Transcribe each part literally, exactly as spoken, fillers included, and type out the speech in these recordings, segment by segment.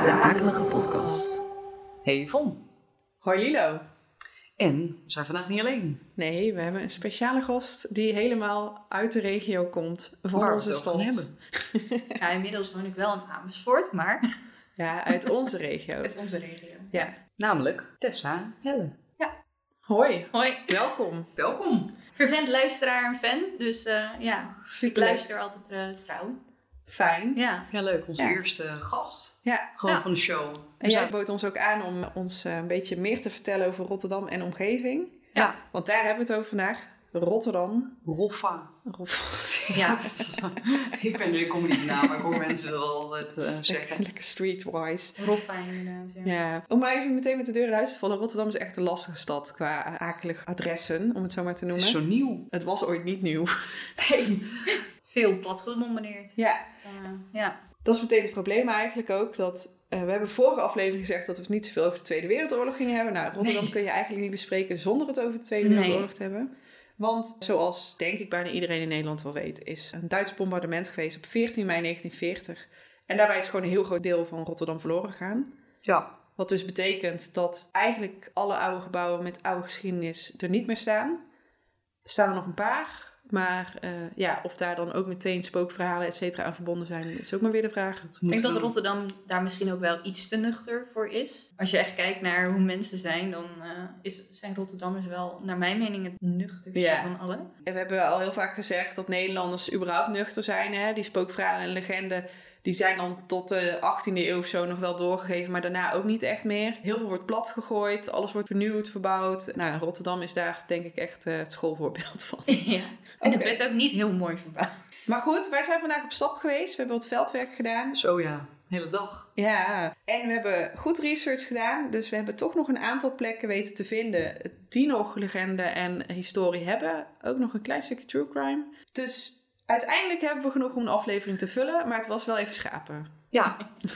De Akelige Podcast. Hey Yvonne. Hoi Lilo. En we zijn vandaag niet alleen. Nee, we hebben een speciale gast die helemaal uit de regio komt van Waar onze we het over gaan stad. hebben. Ja, inmiddels woon ik wel in Amersfoort, maar Ja, uit onze regio. uit onze regio. Ja. Namelijk Tessa Helle. Hoi, Hoi. welkom. Welkom. Vervent luisteraar en fan, dus uh, ja, ik Super luister altijd uh, trouw. Fijn. Ja. Ja, leuk. Onze Ja. eerste gast. Ja. Gewoon Ja. van de show. En jij bood ons ook aan om ons uh, een beetje meer te vertellen over Rotterdam en omgeving. Ja. Want daar hebben we het over vandaag. Rotterdam. Roffa. Rof- Ja. Ik ben nu, ik kom niet na, maar ik hoor mensen dat altijd uh, zeggen. Lekker streetwise. Roffa inderdaad, ja. Ja. Om maar even meteen met de deur in huis te vallen. Rotterdam is echt een lastige stad qua akelige adressen, om het zo maar te Het noemen. is zo nieuw. Het was ooit niet nieuw. Nee. Veel platgebombardeerd. Ja, Uh, ja. dat is meteen het probleem eigenlijk ook. Dat, uh, we hebben vorige aflevering gezegd dat we het niet zoveel over de Tweede Wereldoorlog gingen hebben. Nou, Rotterdam Nee. kun je eigenlijk niet bespreken zonder het over de Tweede Nee. Wereldoorlog te hebben. Want zoals denk ik bijna iedereen in Nederland wel weet, is een Duits bombardement geweest op veertien mei negentien veertig. En daarbij is gewoon een heel groot deel van Rotterdam verloren gegaan. Ja. Wat dus betekent dat eigenlijk alle oude gebouwen met oude geschiedenis er niet meer staan. Er staan er nog een paar. Maar uh, ja, of daar dan ook meteen spookverhalen et cetera aan verbonden zijn, is ook maar weer de vraag. Ik denk dat Rotterdam daar misschien ook wel iets te nuchter voor is. Als je echt kijkt naar hoe mensen zijn, dan uh, is, zijn Rotterdammers wel, naar mijn mening, het nuchterste Ja. van allen. En we hebben al heel vaak gezegd dat Nederlanders überhaupt nuchter zijn. Hè? Die spookverhalen en legenden, die zijn dan tot de achttiende eeuw of zo nog wel doorgegeven, maar daarna ook niet echt meer. Heel veel wordt plat gegooid, alles wordt vernieuwd, verbouwd. Nou, Rotterdam is daar denk ik echt uh, het schoolvoorbeeld van. Ja. En het Oké. werd ook niet heel mooi verbouwd. Maar goed, wij zijn vandaag op stap geweest. We hebben wat veldwerk gedaan. Zo ja, hele dag. Ja, en we hebben goed research gedaan. Dus we hebben toch nog een aantal plekken weten te vinden die nog legende en historie hebben. Ook nog een klein stukje true crime. Dus uiteindelijk hebben we genoeg om een aflevering te vullen. Maar het was wel even schapen. Ja.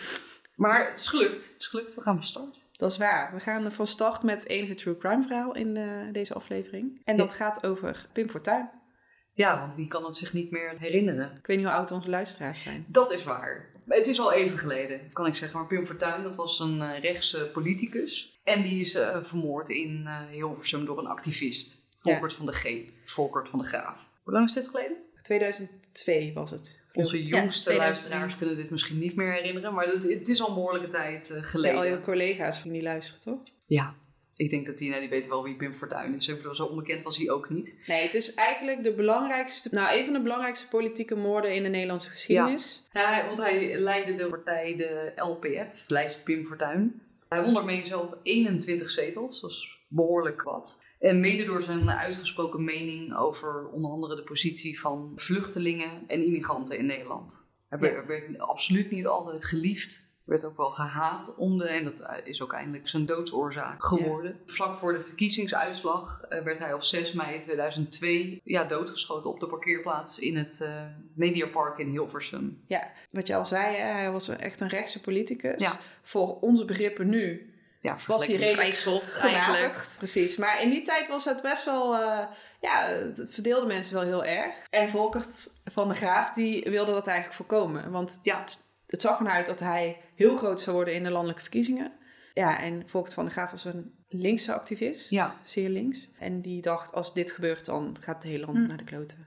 Maar het is gelukt. Het is gelukt. We gaan van start. Dat is waar. We gaan van start met het enige true crime verhaal in uh, deze aflevering. En dat gaat over Pim Fortuyn. Ja, want wie kan het zich niet meer herinneren? Ik weet niet hoe oud onze luisteraars zijn. Dat is waar. Het is al even geleden, kan ik zeggen. Maar Pim Fortuyn, dat was een uh, rechtse politicus. En die is uh, vermoord in uh, Hilversum door een activist. Volkert Ja. van de G. Volkert van de Graaf. Hoe lang is dit geleden? tweeduizend twee was het. Onze Ja, jongste tweeduizend luisteraars kunnen dit misschien niet meer herinneren. Maar het, het is al een behoorlijke tijd uh, Ja, geleden. al je collega's van die luisteren, toch? Ja, ik denk dat die, nou, die weten wel wie Pim Fortuyn is. Ik bedoel, zo onbekend was hij ook niet. Nee, het is eigenlijk de belangrijkste, nou, een van de belangrijkste politieke moorden in de Nederlandse geschiedenis. Ja, want hij leidde de partij de L P F, lijst Pim Fortuyn. Hij won daarmee zelf eenentwintig zetels, dat is behoorlijk wat. En mede door zijn uitgesproken mening over onder andere de positie van vluchtelingen en immigranten in Nederland. Hij werd, Ja. werd absoluut niet altijd geliefd. Werd ook wel gehaat om de, en dat is ook eindelijk zijn doodsoorzaak geworden. Ja. Vlak voor de verkiezingsuitslag uh, werd hij op zes mei tweeduizend twee ja, doodgeschoten op de parkeerplaats in het uh, Mediapark in Hilversum. Ja, wat je al zei, hè, hij was echt een rechtse politicus. Ja. Voor onze begrippen nu Ja, was hij redelijk Vrij soft eigenlijk. gematigd. Precies, maar in die tijd was het best wel, uh, ja, het verdeelde mensen wel heel erg. En Volkert van de Graaf, die wilde dat eigenlijk voorkomen. Want Ja. het, het zag eruit dat hij heel groot zou worden in de landelijke verkiezingen. Ja, en Volkert van de Graaf was een linkse activist, Ja. zeer links. En die dacht, als dit gebeurt, dan gaat het hele land Hm. naar de kloten.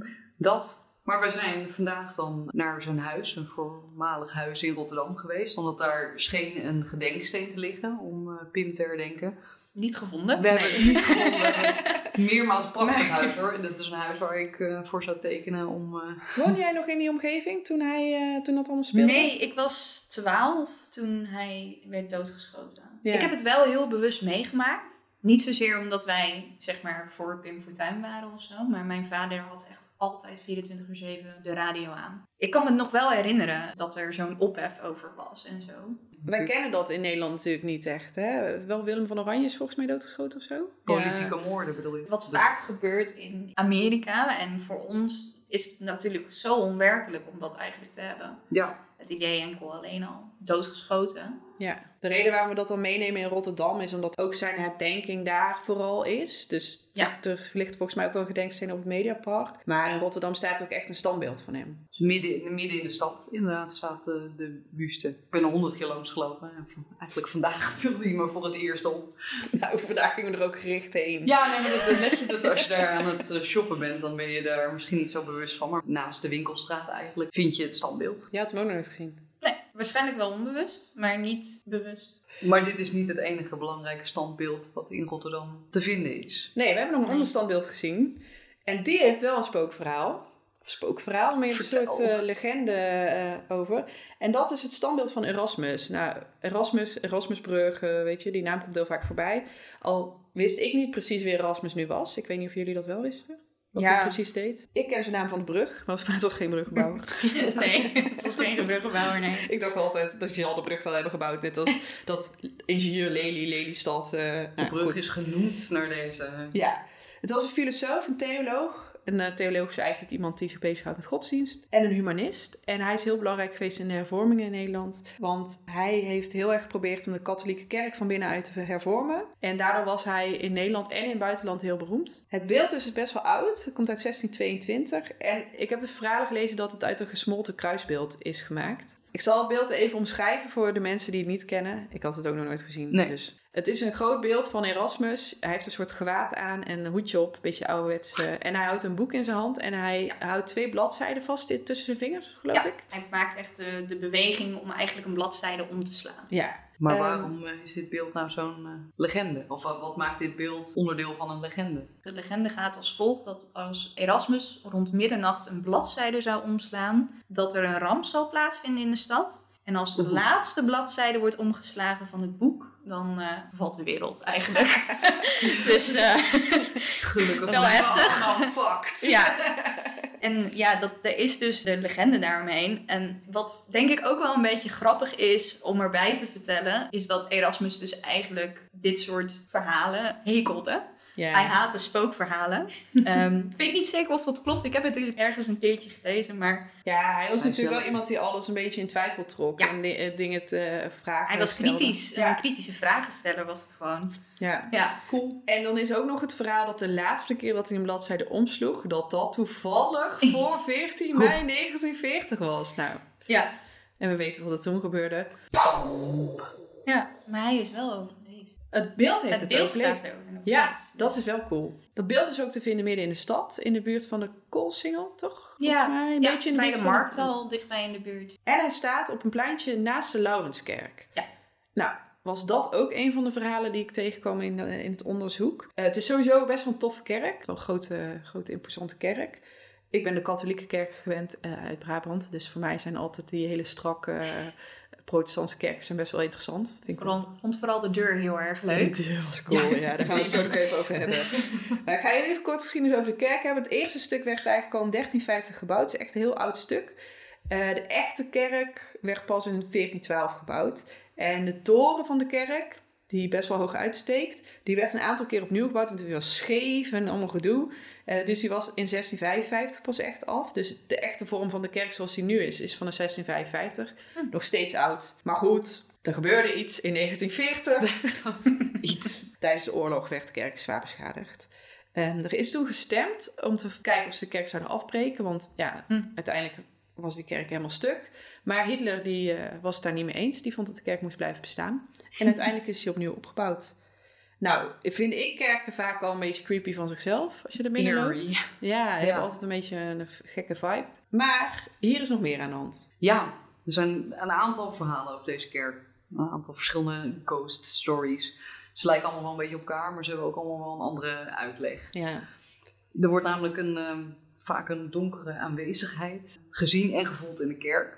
Dat. Maar we zijn vandaag dan naar zijn huis, een voormalig huis in Rotterdam geweest. Omdat daar scheen een gedenksteen te liggen om uh, Pim te herdenken. Niet gevonden. We hebben het niet gevonden. Meermaals prachtig Nee. huis hoor. En dat is een huis waar ik uh, voor zou tekenen om... Uh... Woonde jij nog in die omgeving toen, hij, uh, toen dat allemaal speelde? Nee, ik was twaalf toen hij werd doodgeschoten. Ja. Ik heb het wel heel bewust meegemaakt. Niet zozeer omdat wij, zeg maar, voor Pim Fortuyn waren of zo. Maar mijn vader had echt altijd vierentwintig uur zeven de radio aan. Ik kan me nog wel herinneren dat er zo'n ophef over was en zo. Wij kennen dat in Nederland natuurlijk niet echt. Hè? Wel Willem van Oranje is volgens mij doodgeschoten of zo. Politieke Ja. moorden bedoel je? Wat vaak gebeurt in Amerika. En voor ons is het natuurlijk zo onwerkelijk om dat eigenlijk te hebben. Ja. Het idee enkel alleen al doodgeschoten. Ja, de reden waarom we dat dan meenemen in Rotterdam is omdat ook zijn herdenking daar vooral is. Dus Ja. er ligt volgens mij ook wel een gedenksteen op het Mediapark. Maar in Rotterdam staat ook echt een standbeeld van hem. Dus midden, in, midden in de stad inderdaad staat uh, de buste. Ik ben er honderd keer langs gelopen. En v- eigenlijk vandaag viel die me voor het eerst op. Nou, vandaag gingen we er ook gericht heen. Ja, nee, maar dat, dat let je dat als je daar aan het uh, shoppen bent, dan ben je daar misschien niet zo bewust van. Maar naast de winkelstraat eigenlijk vind je het standbeeld. Je had hem ook nog nooit gezien. Nee, waarschijnlijk wel onbewust, maar niet bewust. Maar dit is niet het enige belangrijke standbeeld wat in Rotterdam te vinden is. Nee, we hebben nog een ander standbeeld gezien. En die heeft wel een spookverhaal. Of spookverhaal, meer een Vertel. soort uh, legende uh, over. En dat is het standbeeld van Erasmus. Nou, Erasmus, Erasmusbrug, uh, weet je, die naam komt heel vaak voorbij. Al wist ik niet precies wie Erasmus nu was. Ik weet niet of jullie dat wel wisten. Wat Ja. hij precies deed. Ik ken zijn naam van de brug, maar het was geen bruggenbouwer. Nee, het was geen bruggenbouwer, nee. Ik dacht altijd dat je al de brug wel hebben gebouwd. Net als dat ingenieur Lely, Lelystad. Uh, De nou, brug goed. is genoemd naar deze. Ja, het was een filosoof, een theoloog. Een uh, theoloog is eigenlijk iemand die zich bezighoudt met godsdienst. En een humanist. En hij is heel belangrijk geweest in de hervormingen in Nederland. Want hij heeft heel erg geprobeerd om de katholieke kerk van binnenuit te hervormen. En daardoor was hij in Nederland en in het buitenland heel beroemd. Het beeld is best wel oud. Het komt uit zestien tweeëntwintig. En ik heb de verhalen gelezen dat het uit een gesmolten kruisbeeld is gemaakt. Ik zal het beeld even omschrijven voor de mensen die het niet kennen. Ik had het ook nog nooit gezien. Nee. Dus het is een groot beeld van Erasmus. Hij heeft een soort gewaad aan en een hoedje op. Een beetje ouderwets. Uh, en hij houdt een boek in zijn hand. En hij ja. houdt twee bladzijden vast in, tussen zijn vingers, geloof Ja, ik. hij maakt echt de, de beweging om eigenlijk een bladzijde om te slaan. Ja. Maar Um, waarom uh, is dit beeld nou zo'n uh, legende? Of uh, wat maakt dit beeld onderdeel van een legende? De legende gaat als volgt dat als Erasmus rond middernacht een bladzijde zou omslaan, dat er een ramp zal plaatsvinden in de stad. En als de Oeh. laatste bladzijde wordt omgeslagen van het boek, dan uh, valt de wereld eigenlijk. Dus uh, Gelukkig. wel heftig. Allemaal fucked. Ja. En ja, dat, er is dus de legende daaromheen. En wat denk ik ook wel een beetje grappig is om erbij te vertellen, is dat Erasmus dus eigenlijk dit soort verhalen hekelde. Ja. Hij haatte spookverhalen. um, ik weet niet zeker of dat klopt. Ik heb het dus ergens een keertje gelezen, maar Ja, hij was Hij natuurlijk zelf- wel iemand die alles een beetje in twijfel trok. Ja. En di- uh, dingen te uh, vragen hij was stelde. kritisch. Ja. Een kritische vragensteller was het gewoon. Ja. Ja. Cool. En dan is ook nog het verhaal dat de laatste keer dat hij een bladzijde omsloeg, dat dat toevallig voor veertien mei negentien veertig was. Nou, Ja. en we weten wat er toen gebeurde. Ja, maar hij is wel overleefd. Het beeld heeft Het het, beeld ook staat geleefd. er nog Ja, steeds. dat is wel cool. Dat beeld is ook te vinden midden in de stad, in de buurt van de Koolsingel, toch? Ja, Volgens mij, een ja, beetje in de bij buurt de van markt al dichtbij in de buurt. En hij staat op een pleintje naast de Laurenskerk. Ja. Nou, was dat ook een van de verhalen die ik tegenkwam in, uh, in het onderzoek. Uh, het is sowieso best wel een toffe kerk. Wel een grote, grote imposante kerk. Ik ben de katholieke kerk gewend uh, uit Brabant. Dus voor mij zijn altijd die hele strakke uh, protestantse kerken zijn best wel interessant. Vind ik Vooral, vond vooral de deur heel erg leuk. De deur was cool, ja. ja daar gaan we het zo nog even over hebben. Maar ik ga je even kort geschiedenis over de kerk hebben. Het eerste stuk werd eigenlijk al in dertien vijftig gebouwd. Het is echt een heel oud stuk. Uh, de echte kerk werd pas in veertien twaalf gebouwd. En de toren van de kerk, die best wel hoog uitsteekt, die werd een aantal keer opnieuw gebouwd, want die was scheef en allemaal gedoe. Uh, dus die was in zestien vijfenvijftig pas echt af. Dus de echte vorm van de kerk zoals die nu is, is van de zestien vijfenvijftig. Hm. Nog steeds oud. Maar goed, er gebeurde iets in negentien veertig. Iets. Tijdens de oorlog werd de kerk zwaar beschadigd. Um, er is toen gestemd om te kijken of ze de kerk zouden afbreken, want ja, hm. uiteindelijk was die kerk helemaal stuk. Maar Hitler die, uh, was het daar niet mee eens. Die vond dat de kerk moest blijven bestaan. En uiteindelijk is hij opnieuw opgebouwd. Nou, vind ik kerken vaak al een beetje creepy van zichzelf. Als je er binnen loopt. Ja, die ja. hebben altijd een beetje een gekke vibe. Maar hier is nog meer aan de hand. Ja, er zijn een aantal verhalen op deze kerk. Een aantal verschillende ghost stories. Ze lijken allemaal wel een beetje op elkaar, maar ze hebben ook allemaal wel een andere uitleg. Ja. Er wordt namelijk een, uh, vaak een donkere aanwezigheid gezien en gevoeld in de kerk.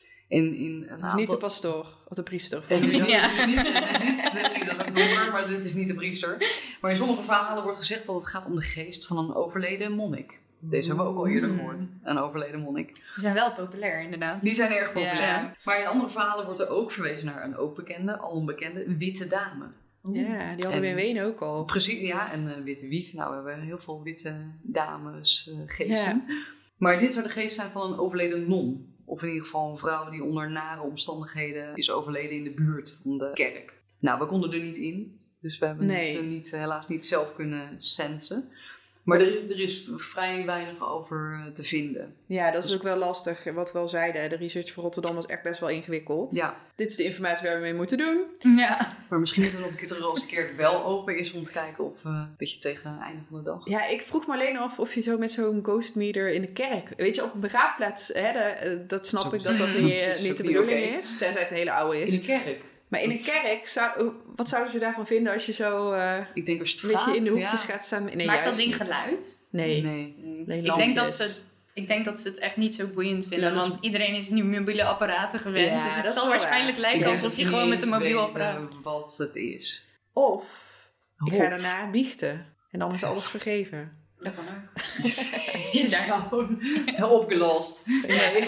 En in een Het is aantal... niet de pastoor of de priester. Het is, ook, Ja. het is niet, het is niet nee, dat is ook donker, maar dit is niet de priester. Maar in sommige verhalen wordt gezegd dat het gaat om de geest van een overleden monnik. Deze hebben we ook al eerder gehoord. Een overleden monnik. Die zijn wel populair, inderdaad. Die zijn erg populair. Ja. Maar in andere verhalen wordt er ook verwezen naar een ook bekende, al onbekende, witte dame. Ja, die hadden we in Wenen ook al. Precies, ja. En uh, witte wief. Nou, we hebben heel veel witte dames, uh, geesten. Ja. Maar dit zou de geest zijn van een overleden non. of in ieder geval een vrouw die onder nare omstandigheden is overleden in de buurt van de kerk. Nou, we konden er niet in, dus we hebben Nee. het uh, niet, helaas niet zelf kunnen centeren. Maar er, er is vrij weinig over te vinden. Ja, dat is ook wel lastig. Wat we al zeiden, de research voor Rotterdam was echt best wel ingewikkeld. Ja. Dit is de informatie waar we mee moeten doen. Ja. Maar misschien moeten we nog een keer terug als een keer wel open is om te kijken of uh, een beetje tegen het einde van de dag. Ja, ik vroeg me alleen af of je zo met zo'n ghost meter in de kerk... Weet je, op een begraafplaats, hè, de, dat snap Zo, ik dat dat niet, dat uh, is niet ook de niet bedoeling oké. is. Tenzij het een hele oude is. In de kerk? Maar in een kerk, zou, wat zouden ze daarvan vinden als je zo uh, Ik denk als je het een beetje vraagt, in de hoekjes ja. gaat staan? Nee, Maakt dat juist ding niet. geluid? Nee. Nee. Nee, ik, denk dat lampjes. ze, ik denk dat ze het echt niet zo boeiend vinden. Ja, dat is- Want iedereen is nu mobiele apparaten gewend. Ja, dus dat het is zal wel waarschijnlijk waar. Ik lijken denk alsof dat je ze gewoon niet met een eens mobiel weten apparaat... wat het is. Of ik ga Of- daarna biechten. En dan is alles vergeven. Dat kan ook. Je is daar gewoon opgelost. Nee.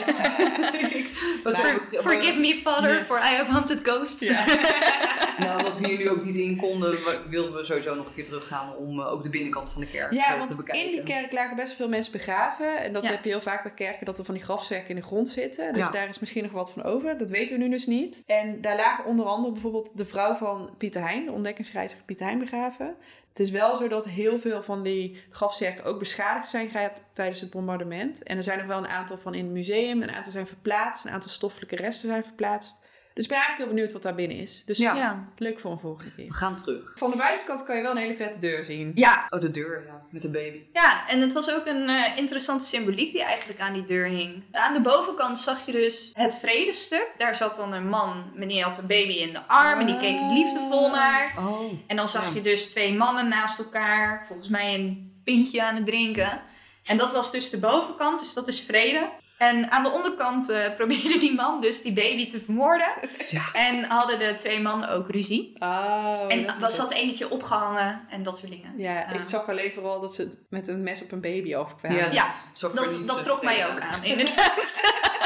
Wat For- we- Forgive me, father, Ja. for I have hunted ghosts. Nou, wat we hier nu ook niet in konden, we- wilden we sowieso nog een keer teruggaan om uh, ook de binnenkant van de kerk Ja, uh, want te bekijken. in die kerk lagen best veel mensen begraven. En dat Ja. heb je heel vaak bij kerken, dat er van die grafzerken in de grond zitten. Dus Ja. daar is misschien nog wat van over. Dat weten we nu dus niet. En daar lagen onder andere bijvoorbeeld de vrouw van Pieter Hein, de ontdekkingsreiziger Pieter Hein, begraven. Het is wel zo dat heel veel van die grafzerken ook beschadigd zijn geraakt tijdens het bombardement. En er zijn nog wel een aantal van in het museum. Een aantal zijn verplaatst. Een aantal stoffelijke resten zijn verplaatst. Dus ik ben eigenlijk heel benieuwd wat daar binnen is. Dus Ja. Ja. leuk voor een volgende keer. We gaan terug. Van de buitenkant kan je wel een hele vette deur zien. Ja. Oh, de deur, ja, met de baby. Ja, en het was ook een eh, interessante symboliek die eigenlijk aan die deur hing. Aan de bovenkant zag je dus het vredestuk. Daar zat dan een man, die had een baby in de arm en die keek liefdevol naar. Oh. En dan zag Ja. je dus twee mannen naast elkaar, volgens mij een pintje aan het drinken. En dat was dus de bovenkant, dus dat is vrede. En aan de onderkant uh, probeerde die man dus die baby te vermoorden. Ja. En hadden de twee mannen ook ruzie. Oh, en dat is was het. dat eentje opgehangen en dat soort dingen. Ja, Ja. ik zag alleen vooral dat ze met een mes op een baby afkwamen. Ja, Ja, dat, zag er Dat, niet, dat uh, trok mij vreemd ook uit. aan, inderdaad.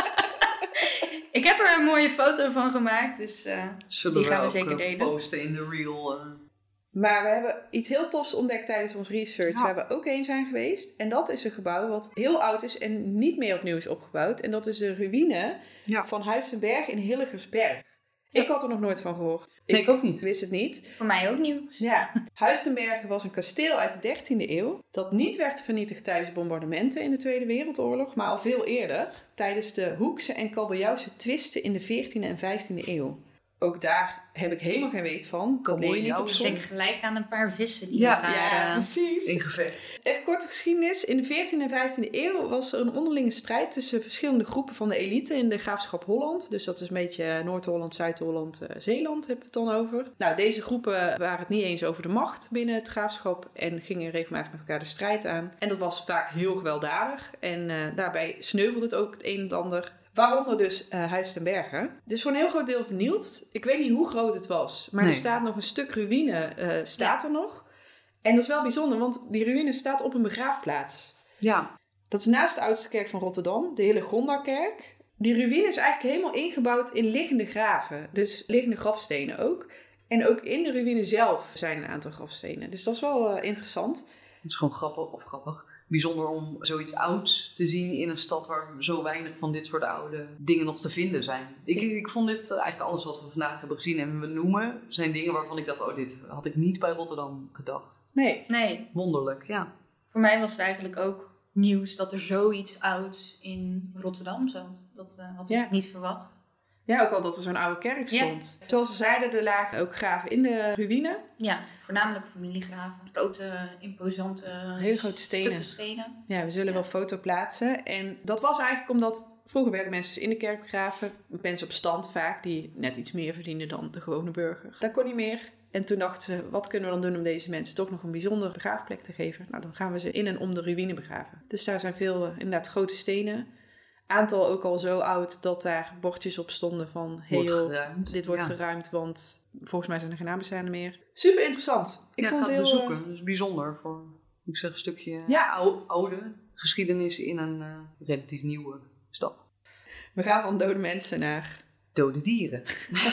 Ik heb er een mooie foto van gemaakt, dus uh, Zullen die we gaan we ook, zeker uh, delen. posten in de reel. Uh. Maar we hebben iets heel tofs ontdekt tijdens ons research, Ja. waar we ook heen zijn geweest. En dat is een gebouw wat heel oud is en niet meer opnieuw is opgebouwd. En dat is de ruïne Ja. van Huis ten Berg in Hillegersberg. Ik had er nog nooit van gehoord. Nee, ik ook niet. wist het niet. voor mij ook nieuws. Ja, Huis ten Berg was een kasteel uit de dertiende eeuw. Dat niet werd vernietigd tijdens bombardementen in de Tweede Wereldoorlog, maar al veel eerder. Tijdens de Hoekse en Kabeljauwse twisten in de veertiende en vijftiende eeuw. Ook daar heb ik helemaal geen weet van. Dat leer je niet op Kabeljauwse. Ik school. denk gelijk aan een paar vissen die Ja, elkaar... Ja, eh, precies. In gevecht. Even korte geschiedenis. In de veertiende en vijftiende eeuw was er een onderlinge strijd tussen verschillende groepen van de elite in de graafschap Holland. Dus dat is een beetje Noord-Holland, Zuid-Holland, uh, Zeeland hebben we het dan over. Nou, deze groepen waren het niet eens over de macht binnen het graafschap en gingen regelmatig met elkaar de strijd aan. En dat was vaak heel gewelddadig en uh, daarbij sneuvelde het ook het een en het ander. Waaronder dus uh, Huis ten Berge. Dus voor een heel groot deel vernield. Ik weet niet hoe groot het was. Maar Nee. er staat nog een stuk ruïne uh, staat er nog. En dat is wel bijzonder, want die ruïne staat op een begraafplaats. Ja. Dat is naast de oudste kerk van Rotterdam, de Hillegondakerk. Die ruïne is eigenlijk helemaal ingebouwd in liggende graven. Dus liggende grafstenen ook. En ook in de ruïne zelf zijn een aantal grafstenen. Dus dat is wel uh, interessant. Het is gewoon grappig, of grappig. Bijzonder om zoiets ouds te zien in een stad waar zo weinig van dit soort oude dingen nog te vinden zijn. Ik, ik vond dit eigenlijk alles wat we vandaag hebben gezien en we noemen, zijn dingen waarvan ik dacht, oh, dit had ik niet bij Rotterdam gedacht. Nee. Nee, Wonderlijk, ja. voor mij was het eigenlijk ook nieuws dat er zoiets ouds in Rotterdam zat. Dat uh, had ik Ja. niet verwacht. Ja, ook wel dat er zo'n oude kerk Ja. stond. Zoals we zeiden, er lagen ook graven in de ruïne. Ja, voornamelijk familiegraven. Grote, imposante Hele grote stenen. stukken stenen. Ja, we zullen Ja. wel foto plaatsen. En dat was eigenlijk omdat vroeger werden mensen dus in de kerk begraven. Mensen op stand vaak, die net iets meer verdienden dan de gewone burger. Dat kon niet meer. En toen dachten ze, wat kunnen we dan doen om deze mensen toch nog een bijzondere begraafplek te geven? Nou, dan gaan we ze in en om de ruïne begraven. Dus daar zijn veel, uh, inderdaad, grote stenen. Aantal ook al zo oud dat daar bordjes op stonden van... Hey Wordt joh, geruimd. dit wordt Ja. geruimd, want volgens mij zijn er geen nabestaanden meer. Super interessant. Ik Ik vond ga het het heel... bezoeken. Dat is bijzonder voor, ik zeg, een stukje Ja. ou- oude geschiedenis in een uh, relatief nieuwe stad. We gaan van dode mensen naar... Dode dieren.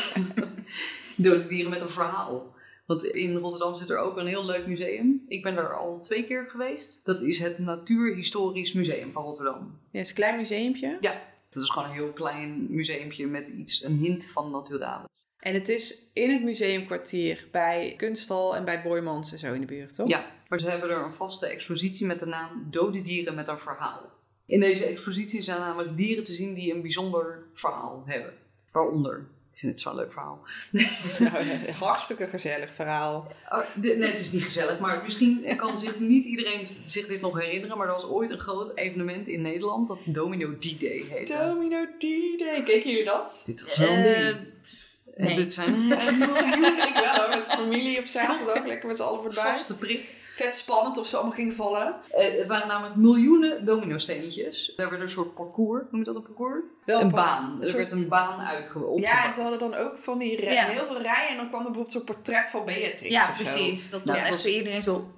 Dode dieren met een verhaal. Want in Rotterdam zit er ook een heel leuk museum. Ik ben er al twee keer geweest. Dat is het Natuurhistorisch Museum van Rotterdam. Ja, het is een klein museumpje. Ja, Het is gewoon een heel klein museumpje met iets, een hint van Naturalis. En het is in het museumkwartier bij Kunsthal en bij Boijmans en zo in de buurt, toch? Ja, maar ze hebben er een vaste expositie met de naam Dode dieren met een verhaal. In deze expositie zijn namelijk dieren te zien die een bijzonder verhaal hebben. Waaronder, ik vind het zo'n leuk verhaal. Nou, een hartstikke gezellig verhaal. Oh, de, nee, het is niet gezellig, maar misschien kan zich niet iedereen zich dit nog herinneren. Maar er was ooit een groot evenement in Nederland dat Domino D-Day heette. Domino D-Day, keken jullie dat? Dit was zo'n ding. Uh, nee. En dit zijn een Ik wel hoor, met familie op zaterdag, lekker met z'n allen voorbij. vaste prik. Vet spannend of ze allemaal gingen vallen. Uh, het waren namelijk miljoenen domino-steentjes. Daar werd een soort parcours, noem je dat een parcours? Wel een par- baan. een Er soort- werd een baan uitgebouwd. Ja, en ze hadden dan ook van die rij- Ja. heel veel rijen en dan kwam er bijvoorbeeld zo'n portret van Beatrix Ja, of zo. precies. Dat Nou, was echt dat zo iedereen zo...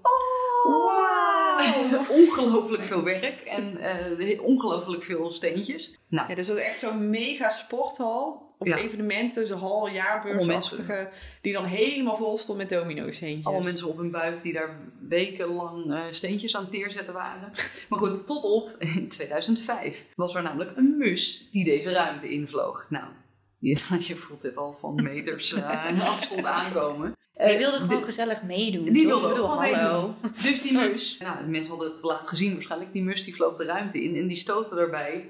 Wauw! Ongelooflijk veel werk en uh, ongelooflijk veel steentjes. Nou, Ja, dus dat was echt zo'n mega sporthal. Of Ja. evenementen, zo'n hal, jaarbeursachtige. Die dan helemaal vol stond met domino-steentjes. allemaal mensen op hun buik die daar wekenlang uh, steentjes aan het neerzetten waren. Maar goed, tot op in tweeduizend vijf was er namelijk een mus die deze ruimte invloog. Nou, je, je voelt dit al van meters uh, afstand aankomen. Die wilde Uh, gewoon di- gezellig meedoen. Die toch? wilde ook Ik bedoel, gewoon hallo. meedoen. Dus die mus, nou, de mensen hadden het te laat gezien waarschijnlijk. Die mus die vloog de ruimte in en die stootte daarbij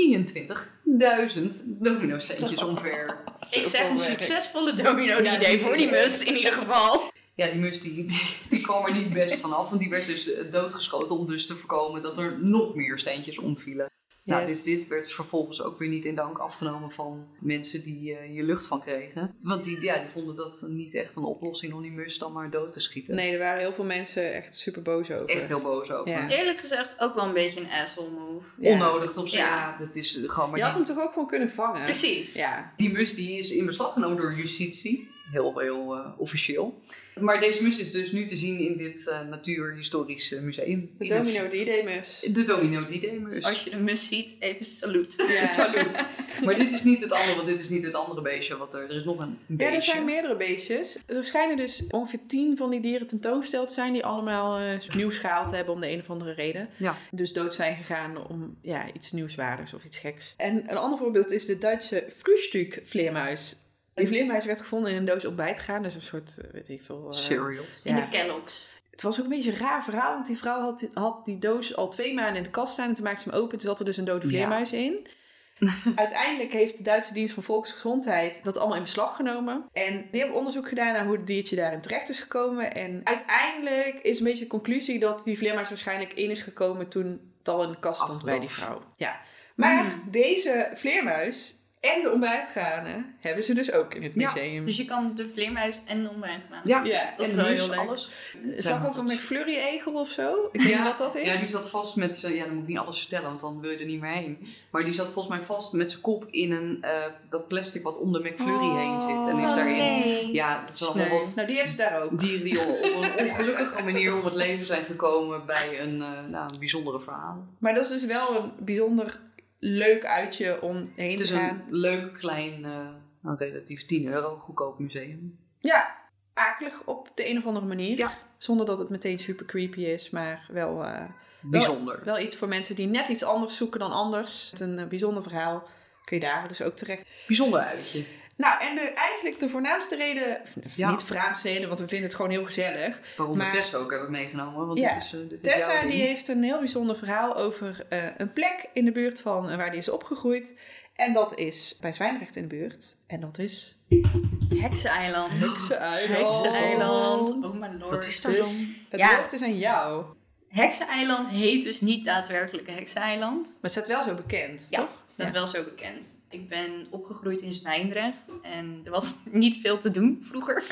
drieëntwintigduizend domino-steentjes omver. Ik zeg een Zoveel werk. succesvolle domino Ja, idee die- voor die mus in ieder geval. Ja, die mus die, die, die kwam er niet best vanaf. Want die werd dus eh, doodgeschoten om dus te voorkomen dat er nog meer steentjes omvielen. Nou, Yes. dit, dit werd vervolgens ook weer niet in dank afgenomen van mensen die uh, hier lucht van kregen. Want die, ja, die vonden dat niet echt een oplossing om die mus dan maar dood te schieten. Nee, er waren heel veel mensen echt super boos over. Echt heel boos over. Ja. Eerlijk gezegd ook wel een beetje een asshole move. Ja. Onnodig toch? Ja, Ja. dat is uh, gewoon maar Je had die, hem toch ook gewoon kunnen vangen? Precies. Ja. die mus die is in beslag genomen door justitie. Heel, heel uh, officieel. Maar deze mus is dus nu te zien in dit uh, natuurhistorisch uh, museum. De In een Domino D-Day-mus. De Domino D-Day-mus. Als je een mus ziet, even salut. Ja. Salut. Maar dit is niet het andere, want dit is niet het andere beestje wat er... Er is nog een beestje. Ja, er zijn meerdere beestjes. Er schijnen dus ongeveer tien van die dieren tentoongesteld te zijn... die allemaal uh, nieuws gehaald hebben om de een of andere reden. Ja. Dus dood zijn gegaan om ja, iets nieuwswaardigs of iets geks. En een ander voorbeeld is de Duitse Frühstück-vleermuis. Die vleermuis werd gevonden in een doos ontbijtgraan. Dus een soort, uh, weet ik veel... Uh, Cereals. In Ja. de Kellogg's. Het was ook een beetje een raar verhaal, want die vrouw had, had die doos al twee maanden in de kast staan. En toen maakte ze hem open, toen zat er dus een dode vleermuis in. Uiteindelijk heeft de Duitse dienst van Volksgezondheid dat allemaal in beslag genomen. En die hebben onderzoek gedaan naar hoe het diertje daarin terecht is gekomen. En uiteindelijk is een beetje de conclusie dat die vleermuis waarschijnlijk in is gekomen toen het al in de kast stond bij die vrouw. Ja. Maar Mm. deze vleermuis en de ontbijtgranen hebben ze dus ook in het Ja, museum. Dus je kan de vleermuis en de ontbijtgranen. Ja, Ja, dat is en wel dus heel leuk. alles. Zag ook een McFlurry-egel of zo? Ik weet niet wat dat is. Ja, die zat vast met zijn... Ja, dan moet ik niet alles vertellen, want dan wil je er niet meer heen. Maar die zat volgens mij vast met zijn kop in een... Uh, dat plastic wat om de McFlurry Oh. heen zit. En is Oh, daarin... nee. Ja, het is allemaal Sneu. wat Nou, die hebben ze daar ook. dieren die op een ongelukkige manier om het leven zijn gekomen bij een, uh, nou, een bijzondere verhaal. Maar dat is dus wel een bijzonder leuk uitje om heen Het te is gaan. een leuk, klein, uh, nou, relatief tien euro goedkoop museum. Ja, akelig op de een of andere manier. Ja. Zonder dat het meteen super creepy is, maar wel, uh, Bijzonder. wel iets voor mensen die net iets anders zoeken dan anders. Met een uh, bijzonder verhaal kun je daar dus ook terecht. Bijzonder uitje. Nou, en de, eigenlijk de voornaamste reden, of Ja. niet de voornaamste reden, want we vinden het gewoon heel gezellig. Waarom Maar- we Tessa ook hebben meegenomen. Want Ja, dit is, uh, dit is jouw Tessa ding. die heeft een heel bijzonder verhaal over uh, een plek in de buurt van uh, waar die is opgegroeid. En dat is bij Zwijndrecht in de buurt. En dat is... Hekseneiland. Hekseneiland. Hekseneiland. Oh my lord. Wat is dat Dus dan? Het Ja. woord is aan jou. Hekseneiland heet dus niet daadwerkelijk Hekseneiland. Maar het staat wel zo bekend, Ja, toch? het staat wel zo bekend. Ik ben opgegroeid in Zwijndrecht en er was niet veel te doen vroeger.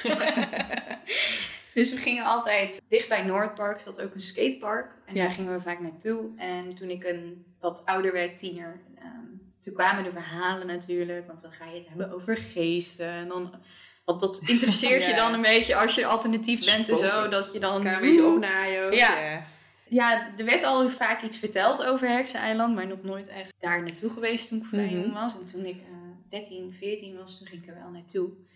Dus we gingen altijd dicht bij Noordpark, zat ook een skatepark. En Ja. daar gingen we vaak naartoe. En toen ik een wat ouder werd, tiener, um, toen kwamen de verhalen natuurlijk. Want dan ga je het hebben over geesten. En dan, want dat interesseert Ja. je dan een beetje als je alternatief bent en zo. Spoken. Dat je dan elkaar een beetje Oeh. opnaaien. ook, Ja. ja. Ja, er werd al vaak iets verteld over Hekseneiland, maar nog nooit echt daar naartoe geweest toen ik vrij Mhm. jong was. En toen ik uh, dertien, veertien was, toen ging ik er wel naartoe.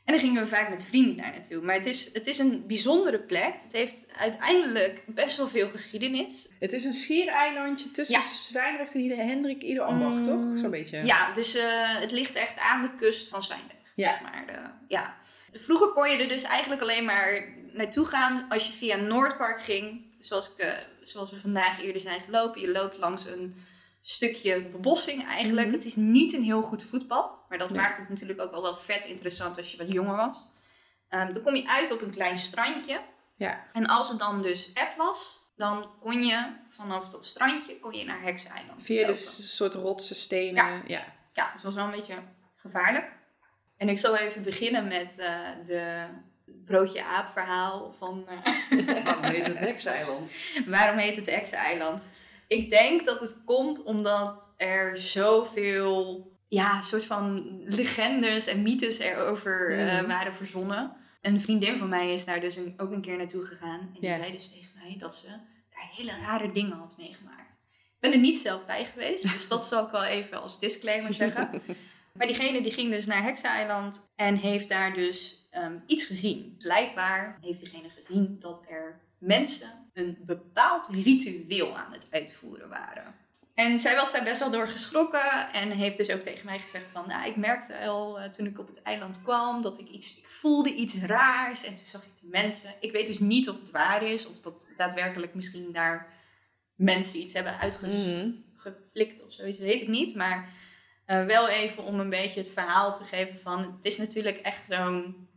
En dan gingen we vaak met vrienden daar naartoe. Maar het is, het is een bijzondere plek. Het heeft uiteindelijk best wel veel geschiedenis. Het is een schiereilandje tussen Ja. Zwijndrecht en Ieder Hendrik, Ieder Ambacht, Mm, toch? Zo'n beetje. Ja, dus uh, het ligt echt aan de kust van Zwijndrecht. Ja. Zeg maar. De, ja. Vroeger kon je er dus eigenlijk alleen maar naartoe gaan als je via Noordpark ging. Zoals, ik, uh, zoals we vandaag eerder zijn gelopen. Je loopt langs een stukje bebossing eigenlijk. Mhm. Het is niet een heel goed voetpad. Maar dat Nee. maakt het natuurlijk ook al wel vet interessant als je wat jonger was. Um, dan kom je uit op een klein strandje. Ja. En als het dan dus eb was, dan kon je vanaf dat strandje kon je naar Hekseneiland Via de lopen. s- soort rotsen, stenen. Ja. ja. Ja, dus dat was wel een beetje gevaarlijk. En ik zal even beginnen met uh, de broodje aap verhaal van... Uh, Waarom heet het Hekseneiland? waarom heet het Hekseneiland? Ik denk dat het komt omdat er zoveel, ja, soort van legendes en mythes erover uh, Mm. waren verzonnen. Een vriendin van mij is daar dus een, ook een keer naartoe gegaan. En die Ja. zei dus tegen mij dat ze daar hele rare dingen had meegemaakt. Ik ben er niet zelf bij geweest, dus dat zal ik wel even als disclaimer zeggen. Maar diegene die ging dus naar Hekseneiland en heeft daar dus um, iets gezien. Blijkbaar heeft diegene gezien dat er mensen een bepaald ritueel aan het uitvoeren waren. En zij was daar best wel door geschrokken en heeft dus ook tegen mij gezegd van... Nou, ik merkte al uh, toen ik op het eiland kwam dat ik iets... Ik voelde iets raars en toen zag ik die mensen. Ik weet dus niet of het waar is of dat daadwerkelijk misschien daar mensen iets hebben uitgeflikt Mhm. of zoiets, weet ik niet. Maar uh, wel even om een beetje het verhaal te geven van... Het is natuurlijk echt zo'n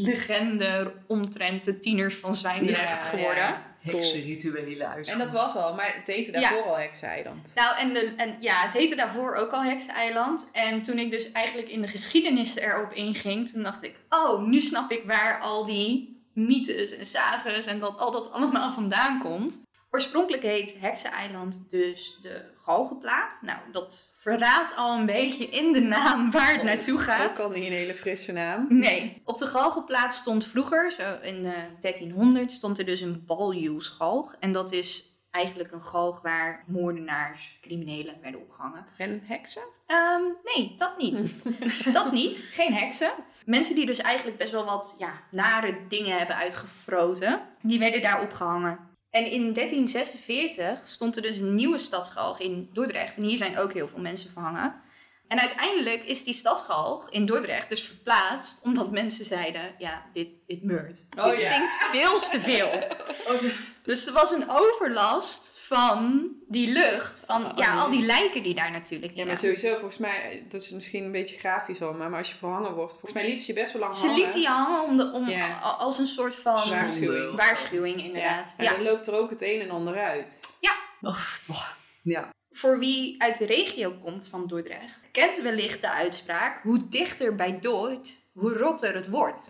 legende omtrent de tieners van Zwijndrecht Ja, geworden. ja. Heksenrituelen uit. En dat was al, maar het heette daarvoor al Hekseneiland. Nou, en, de, en ja, het heette daarvoor ook al Hekseneiland. En toen ik dus eigenlijk in de geschiedenis erop inging, toen dacht ik... Oh, nu snap ik waar al die mythes en sages en dat al dat allemaal vandaan komt. Oorspronkelijk heet Hekseneiland dus de Galgenplaat. Nou, dat verraadt al een beetje in de naam waar het naartoe gaat. Ook al niet een hele frisse naam. Nee, op de Galgenplaat stond vroeger, zo in uh, dertienhonderd, stond er dus een baljuwsgalg. En dat is eigenlijk een galg waar moordenaars, criminelen werden opgehangen. En heksen? Um, nee, dat niet. dat niet. Geen heksen. Mensen die dus eigenlijk best wel wat ja, nare dingen hebben uitgefroten, die werden daar opgehangen. En in dertien zesenveertig stond er dus een nieuwe stadsgalg in Dordrecht. En hier zijn ook heel veel mensen verhangen. En uiteindelijk is die stadsgalg in Dordrecht dus verplaatst. Omdat mensen zeiden, ja, dit, dit meurt. Oh, dit ja. stinkt veel te veel. Oh, zo- Dus er was een overlast van die lucht. Van Oh, ja, nee. al die lijken die daar natuurlijk... Ja, maar sowieso, volgens mij, dat is misschien een beetje grafisch al, maar, maar als je verhangen wordt, volgens mij liet ze je best wel lang Ze hangen. liet die hangen om de, om, Ja. als een soort van Waarschuwing. waarschuwing inderdaad. Ja, Ja. en dan loopt er ook het een en ander uit. oh, boah. Ja. Voor wie uit de regio komt van Dordrecht, kent wellicht de uitspraak: hoe dichter bij dood, hoe rotter het wordt.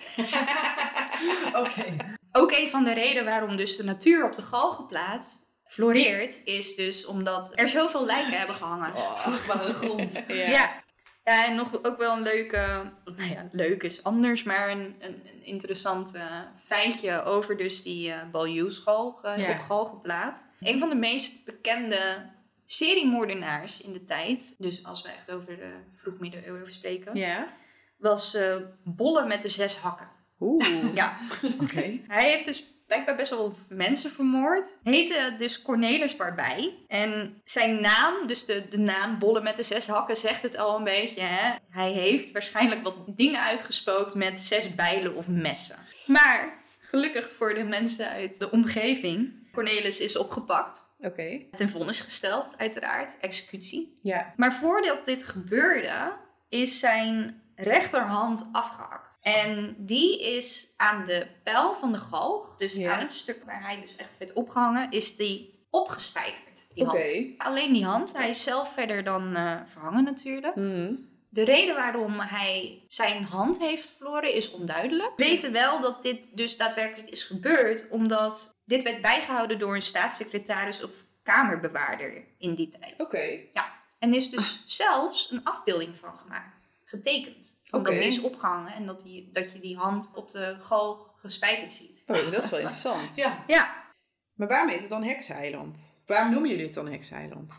Oké. Ook een van de redenen waarom dus de natuur op de Galgenplaat floreert, is dus omdat er zoveel lijken hebben gehangen. Oh. Vruchtbare grond. Ja. Ja. Ja, en nog ook wel een leuke, nou ja, leuk is anders, maar een, een, een interessant uh, feitje over dus die uh, baljuwsgalg uh, Ja. op Galgenplaat. Een van de meest bekende seriemoordenaars in de tijd, dus als we echt over de vroegmiddeleeuwen spreken, Ja. was uh, Bolle met de zes hakken. Oeh. Ja, Oké. hij heeft dus blijkbaar best wel wat mensen vermoord. Heette dus Cornelis Barbij. En zijn naam, dus de, de naam Bolle met de zes hakken, zegt het al een beetje. Hè? Hij heeft waarschijnlijk wat dingen uitgespookt met zes bijlen of messen. Maar gelukkig voor de mensen uit de omgeving, Cornelis is opgepakt. Oké. Ten vonnis gesteld, uiteraard. Executie. Ja. Maar voordat dit gebeurde, is zijn rechterhand afgehakt. En die is aan de pijl van de galg, dus Ja. aan het stuk waar hij dus echt werd opgehangen, is die opgespijkerd, die Oké. hand. Alleen die hand. Hij is zelf verder dan uh, verhangen natuurlijk. Mhm. De reden waarom hij zijn hand heeft verloren is onduidelijk. We weten wel dat dit dus daadwerkelijk is gebeurd, omdat dit werd bijgehouden door een staatssecretaris of kamerbewaarder in die tijd. Oké. En is dus zelfs een afbeelding van gemaakt. Getekend. Omdat Oké. die is opgehangen en dat, die, dat je die hand op de galg gespijkerd ziet. Oh, dat is wel interessant. Ja. Ja, Maar waarom heet het dan Hekseneiland? Waarom noemen jullie het dan Hekseneiland?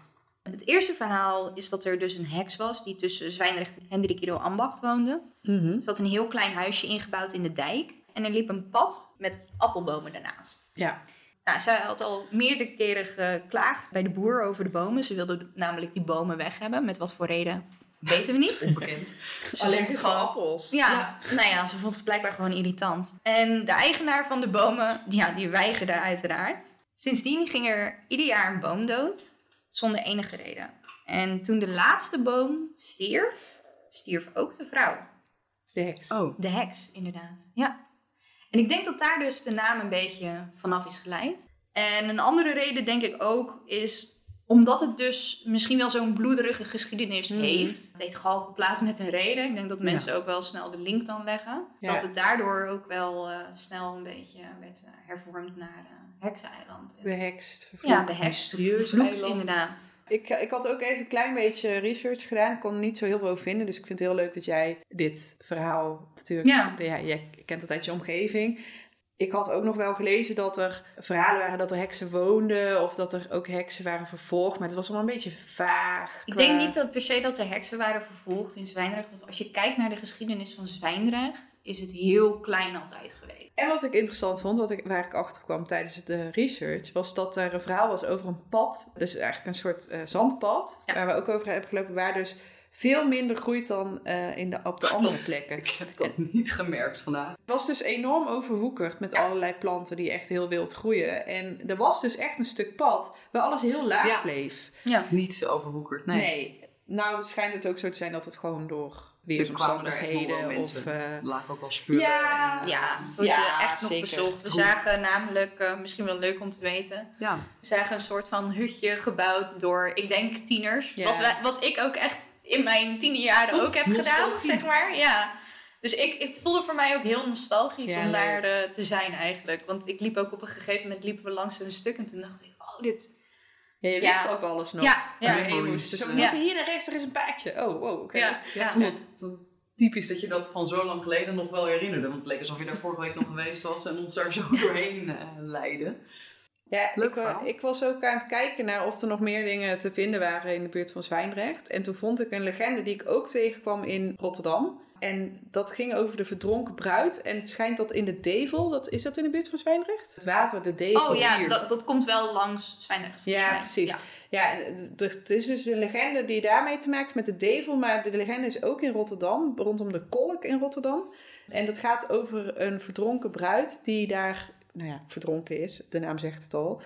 Het eerste verhaal is dat er dus een heks was die tussen Zwijndrecht en Hendrik Ido Ambacht woonde. Mm-hmm. Er zat een heel klein huisje ingebouwd in de dijk. En er liep een pad met appelbomen daarnaast. Ja. Nou, zij had al meerdere keren geklaagd bij de boer over de bomen. Ze wilde namelijk die bomen weg hebben. Met wat voor reden, weten we niet. Onbekend. Ze Alleen vond het voor gewoon... appels. Ja, ja, nou ja, ze vond het blijkbaar gewoon irritant. En de eigenaar van de bomen, ja, die weigerde uiteraard. Sindsdien ging er ieder jaar een boom dood, zonder enige reden. En toen de laatste boom stierf, stierf ook de vrouw. De heks. Oh. De heks, inderdaad. Ja. En ik denk dat daar dus de naam een beetje vanaf is geleid. En een andere reden denk ik ook is omdat het dus misschien wel zo'n bloederige geschiedenis Mm. heeft. Het heet galgenplaat met een reden. Ik denk dat mensen Ja. ook wel snel de link dan leggen. Ja. Dat het daardoor ook wel uh, snel een beetje werd uh, hervormd naar uh, Hekseneiland. Behekst. Ja, behekst. Mysterieus Vervloekt, eiland. inderdaad. Ik, ik had ook even een klein beetje research gedaan. Ik kon er niet zo heel veel over vinden. Dus ik vind het heel leuk dat jij dit verhaal natuurlijk... Ja. Ja, jij kent altijd je omgeving. Ik had ook nog wel gelezen dat er verhalen waren dat er heksen woonden. Of dat er ook heksen waren vervolgd. Maar het was allemaal een beetje vaag. Ik qua- denk niet dat per se dat de heksen waren vervolgd in Zwijndrecht. Want als je kijkt naar de geschiedenis van Zwijndrecht, is het heel klein altijd geweest. En wat ik interessant vond, wat ik, waar ik achter kwam tijdens de research, was dat er een verhaal was over een pad. Dus eigenlijk een soort uh, zandpad. Ja. Waar we ook over hebben gelopen. Waar dus veel minder groeit dan uh, in de, op de andere plekken. Ik heb dat niet gemerkt vandaag. Het was dus enorm overwoekerd met allerlei planten die echt heel wild groeien. En er was dus echt een stuk pad waar alles heel laag Ja. bleef. Ja. Niet zo overwoekerd, nee. Nee. Nou schijnt het ook zo te zijn dat het gewoon door Er kwamen er echt nog wel weersomstandigheden mensen. of... uh, Lagen ook wel spuren. Ja. en, uh, Ja, het wordt Ja, uh, echt nog zeker. bezocht. We Goed. zagen namelijk, uh, misschien wel leuk om te weten, ja. we zagen een soort van hutje gebouwd door, ik denk, tieners. Ja. Wat, wij, wat ik ook echt in mijn tienerjaren Toch? ook heb gedaan, Nostalgie. zeg maar. Ja. Dus ik, het voelde voor mij ook heel nostalgisch Ja, om leuk. daar uh, te zijn eigenlijk. Want ik liep ook op een gegeven moment liepen we langs een stuk en toen dacht ik, oh, dit... Ja, je Ja. wist ook alles nog. Ja, ja. Waar je heen Memories. moest. Dus we Ja. moeten hier naar rechts, er is een paadje. Oh, wow, oké. Ja, Ja, ik vond het typisch dat je dat van zo lang geleden nog wel herinnerde. Want het leek alsof je daar vorige week nog geweest was en ons daar zo doorheen uh, leidde. Ja, Leuk ik, wa- verhaal. ik was ook aan het kijken naar of er nog meer dingen te vinden waren in de buurt van Zwijndrecht. En toen vond ik een legende die ik ook tegenkwam in Rotterdam. En dat ging over de verdronken bruid. En het schijnt dat in de Devel, dat, is dat in de buurt van Zwijndrecht? Het water, de Devel. Oh ja, vier. dat, dat komt wel langs Zwijndrecht. volgens Ja, mij. precies. Ja. Ja, en er- het is dus een legende die daarmee te maken heeft met de Devel. Maar de legende is ook in Rotterdam, rondom de Kolk in Rotterdam. En dat gaat over een verdronken bruid die daar, nou ja, verdronken is. De naam zegt het al.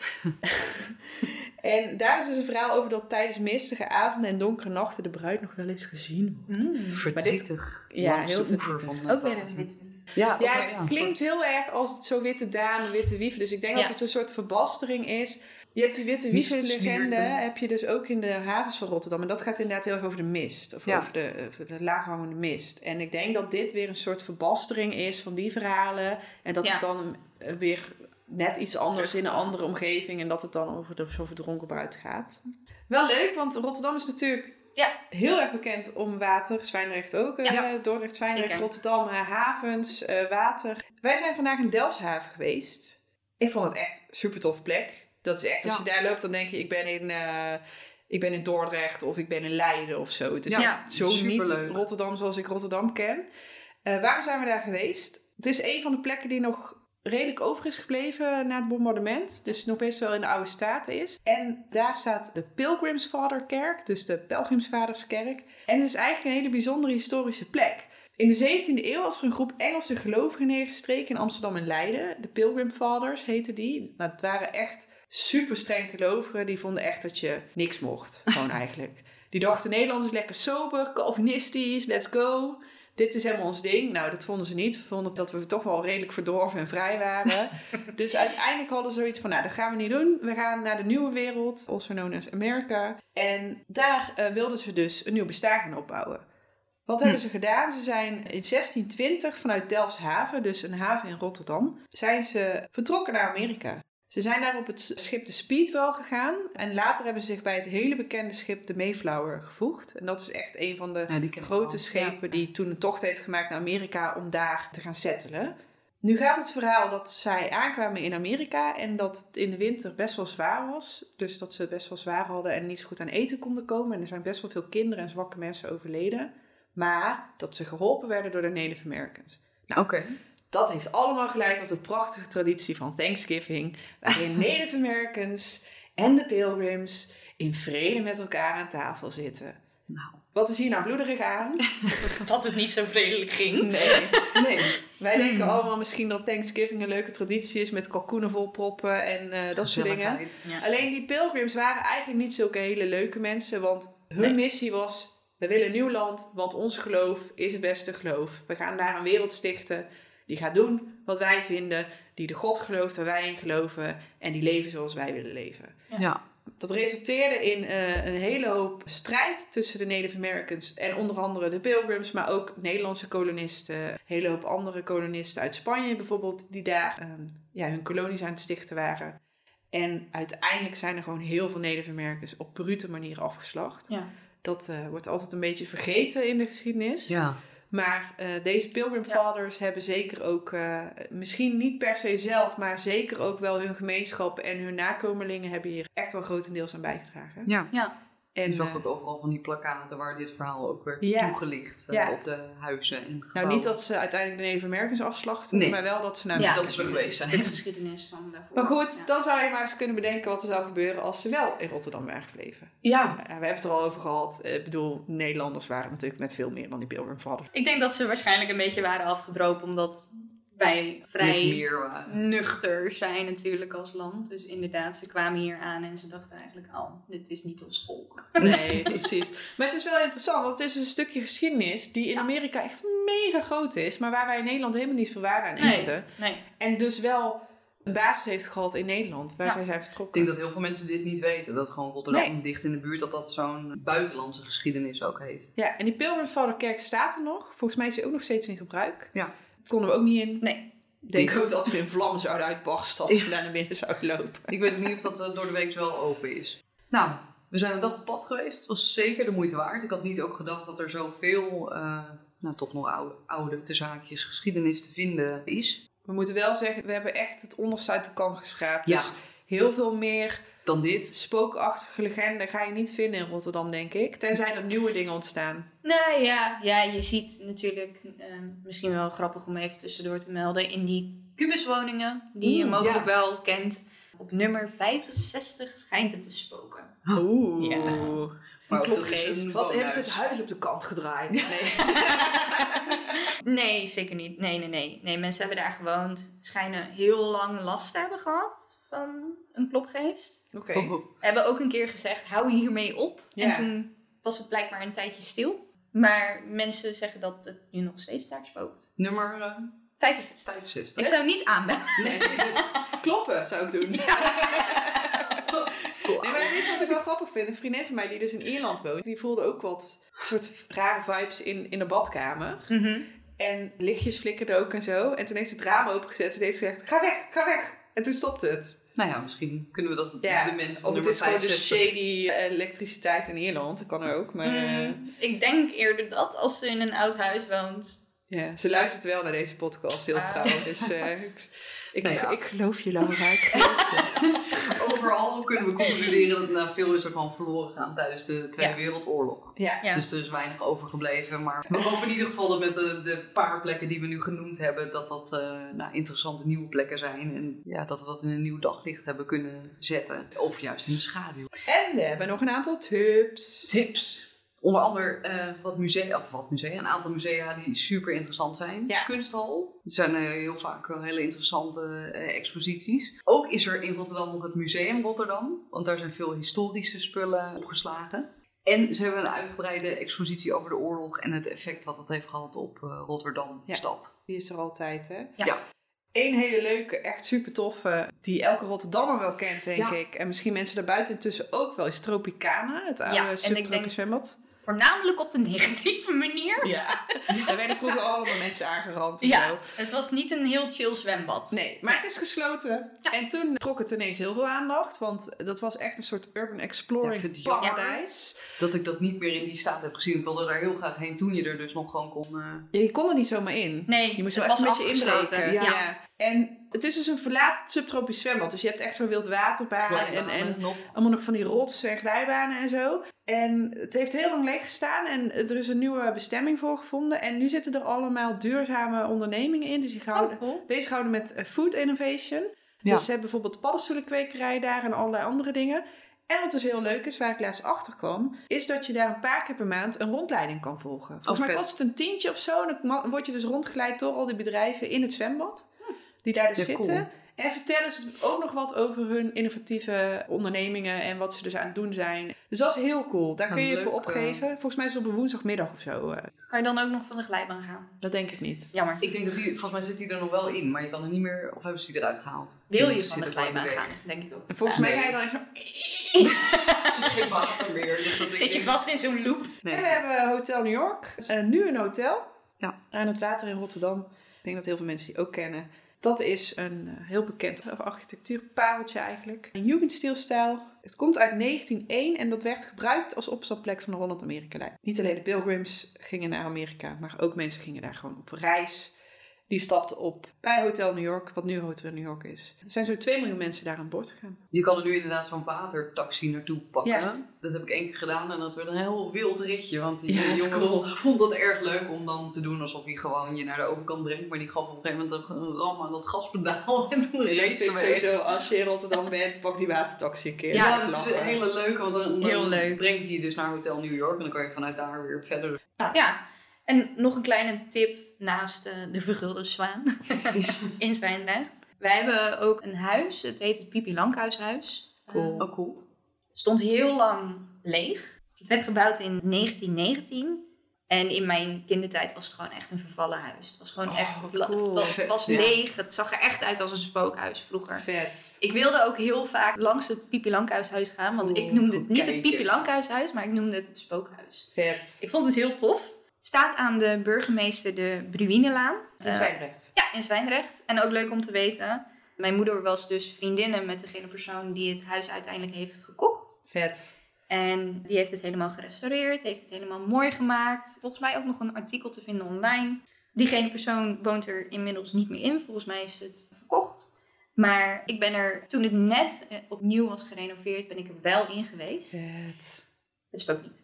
En daar is dus een verhaal over dat tijdens mistige avonden en donkere nachten de bruid nog wel eens gezien wordt. Mm. Verdrietig. Ja, Langs heel de oever verdrietig. van het Ook weer water. een wit. Ja, Ja, oké, het ja, klinkt goed. heel erg als het zo witte dame, witte wief. Dus ik denk Ja. dat het een soort verbastering is. Je hebt die witte wieven-legende, Mistswierten. heb je dus ook in de havens van Rotterdam. En dat gaat inderdaad heel erg over de mist. Of Ja. over de, over de laaghangende mist. En ik denk dat dit weer een soort verbastering is van die verhalen. En dat Ja. het dan eh, weer net iets anders in een andere omgeving. En dat het dan over de, zo'n verdronken bruid gaat. Wel leuk, want Rotterdam is natuurlijk Ja. heel erg bekend om water. Zwijndrecht ook. eh, Ja. Dordrecht, Zwijndrecht, Zeker. Rotterdam, eh, havens, eh, water. Wij zijn vandaag in Delfshaven geweest. Ik vond het echt een super tof plek. Dat is echt, als Ja. je daar loopt, dan denk je, ik ben in, eh, ik ben in Dordrecht of ik ben in Leiden of zo. Het is Ja, echt zo niet superleuk. Rotterdam zoals ik Rotterdam ken. Eh, waarom zijn we daar geweest? Het is een van de plekken die nog redelijk over is gebleven na het bombardement. Dus nog best wel in de oude staat is. En daar staat de Pilgrimsvaderkerk, dus de Pelgrimsvaderskerk. En het is eigenlijk een hele bijzondere historische plek. In de zeventiende eeuw was er een groep Engelse gelovigen neergestreken in Amsterdam en Leiden. De Pilgrim Fathers heten die. Nou, het waren echt super streng gelovigen. Die vonden echt dat je niks mocht. Gewoon eigenlijk. Die dachten, Nederland is lekker sober, Calvinistisch, let's go. Dit is helemaal ons ding. Nou, dat vonden ze niet. Ze vonden dat we toch wel redelijk verdorven en vrij waren. Dus uiteindelijk hadden ze zoiets van, nou, dat gaan we niet doen. We gaan naar de nieuwe wereld, also known as America. En daar uh, wilden ze dus een nieuw bestaan gaan opbouwen. Wat hebben ze gedaan? Ze zijn in zestien twintig vanuit Delfshaven, dus een haven in Rotterdam, zijn ze vertrokken naar Amerika. Ze zijn daar op het schip de Speedwell gegaan. En later hebben ze zich bij het hele bekende schip de Mayflower gevoegd. En dat is echt een van de Ja, die ken ik grote wel. schepen die toen een tocht heeft gemaakt naar Amerika om daar te gaan settelen. Nu gaat het verhaal dat zij aankwamen in Amerika en dat het in de winter best wel zwaar was. Dus dat ze het best wel zwaar hadden en niet zo goed aan eten konden komen. En er zijn best wel veel kinderen en zwakke mensen overleden. Maar dat ze geholpen werden door de Native Americans. Nou, oké. Okay. Dat heeft allemaal geleid tot de prachtige traditie van Thanksgiving. Waarin Native Americans en de Pilgrims in vrede met elkaar aan tafel zitten. Nou. Wat is hier nou bloederig aan? Dat het niet zo vredelijk ging. Nee. nee. Wij denken hmm. allemaal misschien dat Thanksgiving een leuke traditie is met kalkoenen vol proppen en uh, dat soort dingen. Ja. Alleen die Pilgrims waren eigenlijk niet zulke hele leuke mensen. Want hun nee. missie was, we willen een nieuw land, want ons geloof is het beste geloof. We gaan daar een wereld stichten die gaat doen wat wij vinden, die de God gelooft waar wij in geloven en die leven zoals wij willen leven. Ja. ja. Dat resulteerde in uh, een hele hoop strijd tussen de Native Americans en onder andere de Pilgrims, maar ook Nederlandse kolonisten, een hele hoop andere kolonisten uit Spanje bijvoorbeeld, die daar um, ja, hun kolonies aan het stichten waren. En uiteindelijk zijn er gewoon heel veel Native Americans op brute manier afgeslacht. Ja. Dat uh, wordt altijd een beetje vergeten in de geschiedenis. Ja. Maar uh, deze Pilgrim Fathers ja. hebben zeker ook, uh, misschien niet per se zelf, maar zeker ook wel hun gemeenschap en hun nakomelingen hebben hier echt wel grotendeels aan bijgedragen. Ja. ja. En je zag ook overal van die plakkaten waar dit verhaal ook werd ja. toegelicht uh, ja. op de huizen en gebouwen. Nou, niet dat ze uiteindelijk de Native Americans afslachten, nee. maar wel dat ze naar ja, dat ze er geweest zijn. De geschiedenis van daarvoor. Maar goed, ja. dan zou je maar eens kunnen bedenken wat er zou gebeuren als ze wel in Rotterdam waren gebleven. Ja. Uh, we hebben het er al over gehad. Ik bedoel, Nederlanders waren natuurlijk met veel meer dan die Pilgrim Fathers. Ik denk dat ze waarschijnlijk een beetje waren afgedropen, omdat wij vrij nuchter zijn natuurlijk als land. Dus inderdaad, ze kwamen hier aan en ze dachten eigenlijk, oh, dit is niet ons volk. Nee, precies. Maar het is wel interessant, want het is een stukje geschiedenis die in Amerika echt mega groot is, maar waar wij in Nederland helemaal niet veel waarde aan hechten. Nee, nee. En dus wel een basis heeft gehad in Nederland, waar ja. zij zijn vertrokken. Ik denk dat heel veel mensen dit niet weten, dat gewoon Rotterdam nee. dicht in de buurt, dat dat zo'n buitenlandse geschiedenis ook heeft. Ja, en die Pilgrim Fatherkerk staat er nog. Volgens mij is die ook nog steeds in gebruik. Ja. Konden we ook niet in. Nee. Ik denk ook dat we in vlammen zouden uitbarsten als we daar naar binnen zouden lopen. Ik weet ook niet of dat uh, door de week wel open is. Nou, we zijn een dag op pad geweest. Het was zeker de moeite waard. Ik had niet ook gedacht dat er zoveel, uh, nou toch nog oude, oude tussen haakjes geschiedenis te vinden is. We moeten wel zeggen, we hebben echt het onderste uit de kan geschraapt. Ja. Dus heel veel meer dan dit. Spookachtige legenden ga je niet vinden in Rotterdam, denk ik. Tenzij er nieuwe dingen ontstaan. Nou ja, ja je ziet natuurlijk, uh, misschien wel grappig om even tussendoor te melden, in die kubuswoningen, die Oeh, je mogelijk ja. wel kent, op nummer vijfenzestig schijnt het te spoken. Oeh. Ja. Maar klopgeest. Wat hebben ze het huis op de kant gedraaid? Nee. nee, zeker niet. Nee, nee, nee. Nee, mensen hebben daar gewoond, schijnen heel lang last te hebben gehad van een klopgeest. Oké. Okay. Oh. Hebben ook een keer gezegd, hou hiermee op. Ja. En toen was het blijkbaar een tijdje stil. Maar mensen zeggen dat het nu nog steeds daar spookt. Nummer uh, vijfenzestig. vijfenzestig. Ik zou niet aanbellen. Nee, kloppen zou ik doen. Ja. Nee, maar weet je wat ik wel grappig vind? Een vriendin van mij die dus in Ierland woont, die voelde ook wat soort rare vibes in, in de badkamer. Mm-hmm. En lichtjes flikkerden ook en zo. En toen heeft ze het raam opengezet en heeft ze gezegd, ga weg, ga weg. En toen stopte het. Nou ja, misschien kunnen we dat ja, de mensen van of het is gewoon de shady elektriciteit in Ierland. Dat kan ook, maar... Mm, ik denk eerder dat als ze in een oud huis woont. Ja, ze luistert wel naar deze podcast, heel trouw. Ah. Dus uh, ik, ik, nou ja. ik geloof je, Laura. Ik geloof je. Overal kunnen we concluderen dat nou, veel is er gewoon verloren gegaan tijdens de Tweede ja. Wereldoorlog. Ja. Ja. Dus er is weinig overgebleven. Maar we hopen in ieder geval dat met de, de paar plekken die we nu genoemd hebben, dat dat uh, nou, interessante nieuwe plekken zijn. En ja, dat we dat in een nieuw daglicht hebben kunnen zetten. Of juist in de schaduw. En we hebben nog een aantal tips. Tips. Onder andere uh, wat musea, of wat musea, een aantal musea die super interessant zijn. Ja. Kunsthal. Het zijn uh, heel vaak uh, hele interessante uh, exposities. Ook is er in Rotterdam nog het Museum Rotterdam. Want daar zijn veel historische spullen opgeslagen. En ze hebben een uitgebreide expositie over de oorlog en het effect wat dat heeft gehad op uh, Rotterdam ja, stad. Die is er altijd, hè? Ja. ja. Eén hele leuke, echt super toffe, die elke Rotterdammer wel kent, denk ja. ik. En misschien mensen daarbuiten intussen ook wel, is Tropicana, het oude ja, subtropisch zwembad. voornamelijk op de negatieve manier. Ja, daar werden vroeger allemaal mensen aangerand en Ja, zo. het was niet een heel chill zwembad. Nee, maar het is gesloten. Ja. En toen trok het ineens heel veel aandacht. Want dat was echt een soort urban exploring Ja, ik vind het jammer. paradijs. Dat ik dat niet meer in die staat heb gezien. Ik wilde daar heel graag heen toen je er dus nog gewoon kon... Uh... Je kon er niet zomaar in. Nee, Je moest het wel echt was een beetje afgesloten. inbreken. Ja. Ja. En het is dus een verlaten subtropisch zwembad. Dus je hebt echt zo'n wildwaterbaan en, en nog. allemaal nog van die rotsen en glijbanen en zo. En het heeft heel lang leeg gestaan en er is een nieuwe bestemming voor gevonden. En nu zitten er allemaal duurzame ondernemingen in die zich houden, Oh, cool. bezighouden met uh, food innovation. Ja. Dus ze hebben bijvoorbeeld paddenstoelenkwekerij daar en allerlei andere dingen. En wat dus heel leuk is, waar ik laatst achter kwam, is dat je daar een paar keer per maand een rondleiding kan volgen. Volgens Oh, mij vet. kost het een tientje of zo. En dan word je dus rondgeleid door al die bedrijven in het zwembad. Die daar dus Ja, zitten. cool. En vertellen ze ook nog wat over hun innovatieve ondernemingen en wat ze dus aan het doen zijn. Dus dat is heel cool. Daar kun je je leuk, voor opgeven. Volgens mij is het op een woensdagmiddag of zo. Uh, Kan je dan ook nog van de glijbaan gaan? dat denk ik niet. Jammer. Ik denk dat die, volgens mij zit die er nog wel in, maar je kan er niet meer, of hebben ze die eruit gehaald? Wil je Die van zit de er gewoon in glijbaan weg. gaan? Denk ik ook. En volgens Ja. mij Nee. ga je dan echt zo... Er is geen water meer. Dus dat Zit je vast in zo'n loop? Nee, En we hebben Hotel New York. Uh, nu een hotel. Ja. Aan het water in Rotterdam. Ik denk dat heel veel mensen die ook kennen. Dat is een uh, heel bekend architectuurpareltje eigenlijk. Een Jugendstilstijl. Het komt uit negentien één en dat werd gebruikt als opstapplek van de Holland-Amerika-lijn. Niet alleen de pilgrims gingen naar Amerika, maar ook mensen gingen daar gewoon op reis. Die stapten op bij Hotel New York, wat nu Hotel New York is. Er zijn zo'n twee miljoen mensen daar aan boord gegaan. Je kan er nu inderdaad zo'n watertaxi naartoe pakken. Ja. Dat heb ik één keer gedaan en dat werd een heel wild ritje. Want die Ja, dat is jongen cool. vond, vond dat erg leuk om dan te doen alsof hij gewoon je naar de overkant brengt. Maar die gaf op een gegeven moment een ram aan dat gaspedaal en toen reed Ik we echt. sowieso, als je in Rotterdam bent, pak die watertaxi een keer. Ja, Echt dat is lachen. een hele leuke, want dan, dan Heel leuk. brengt hij je dus naar Hotel New York en dan kan je vanuit daar weer verder. Ja. En nog een kleine tip naast uh, de Vergulde Zwaan in Zwijndrecht. Wij hebben ook een huis. Het heet het Pipi Lankhuishuis. Cool. Oh, cool. Stond heel lang leeg. Het werd gebouwd in negentien negentien. En in mijn kindertijd was het gewoon echt een vervallen huis. Het was gewoon Oh, echt... wat Het, cool. was, het Vet, was ja. leeg. Het zag er echt uit als een spookhuis vroeger. Vet. Ik wilde ook heel vaak langs het Pipi Lankhuishuis gaan. Want Oeh, ik noemde het goed niet het kijken. Pipi Lankhuishuis, maar ik noemde het het spookhuis. Vet. Ik vond het heel tof. Staat aan de burgemeester de Bruinelaan. In Eh, Zwijndrecht. ja, in Zwijndrecht. En ook leuk om te weten. Mijn moeder was dus vriendinnen met degene persoon die het huis uiteindelijk heeft gekocht. Vet. En die heeft het helemaal gerestaureerd, heeft het helemaal mooi gemaakt. Volgens mij ook nog een artikel te vinden online. Diegene persoon woont er inmiddels niet meer in. Volgens mij is het verkocht. Maar ik ben er, toen het net eh, opnieuw was gerenoveerd, ben ik er wel in geweest. Vet. Het spookt niet.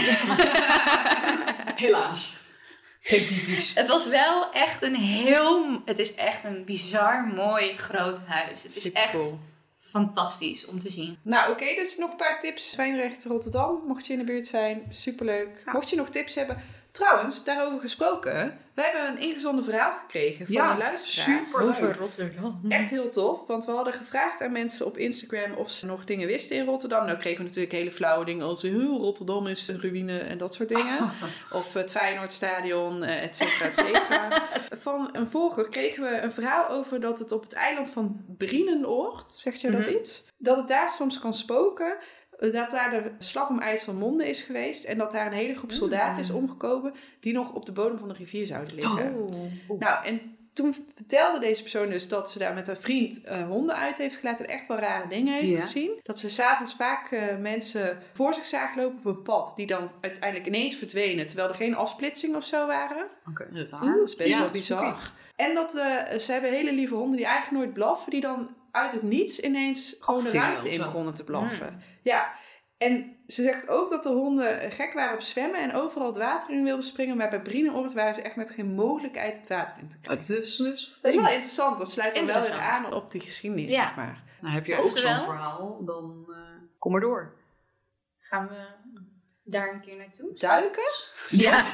Helaas. Geen pipi's. Het was wel echt een heel... Het is echt een bizar mooi groot huis. Het is Super echt cool. fantastisch om te zien. Nou oké, dus nog een paar tips. Zwijndrecht, Rotterdam, mocht je in de buurt zijn. Superleuk. Ja. Mocht je nog tips hebben. Trouwens, daarover gesproken. We hebben een ingezonden verhaal gekregen van Ja, een luisteraar. superleuk. Over Rotterdam. Echt heel tof, want we hadden gevraagd aan mensen op Instagram of ze nog dingen wisten in Rotterdam. Nou kregen we natuurlijk hele flauwe dingen als heel Rotterdam is een ruïne en dat soort dingen. Of het Feyenoordstadion, eh, et cetera, et cetera. Van een volger kregen we een verhaal over dat het op het eiland van Brienenoord, zegt jij dat Mhm. iets? Dat het daar soms kan spoken. Dat daar de slag om IJsselmonde is geweest. En dat daar een hele groep soldaten is omgekomen die nog op de bodem van de rivier zouden liggen. Oh. Nou, en toen vertelde deze persoon dus dat ze daar met haar vriend uh, honden uit heeft gelaten. En echt wel rare dingen heeft Ja. gezien. Dat ze s'avonds vaak uh, mensen voor zich zagen lopen op een pad. Die dan uiteindelijk ineens verdwenen. Terwijl er geen afsplitsing of zo waren. Oké, Oeh, raar. dat is best Ja, wel bizar. spooky. En dat uh, ze hebben hele lieve honden die eigenlijk nooit blaffen. Die dan uit het niets ineens gewoon de Afgingen ruimte of in zo. begonnen te blaffen. Ja. En ze zegt ook dat de honden gek waren op zwemmen en overal het water in wilden springen. Maar bij Brienenoord waren ze echt met geen mogelijkheid het water in te Oh, krijgen. dat is, dat is Dat is wel interessant. Dat sluit dan wel weer Interessant. aan op die geschiedenis, Ja. zeg maar. Nou, heb je ook Oftewel- zo'n verhaal, dan uh, kom maar door. Gaan we daar een keer naartoe? Duiken? Ja.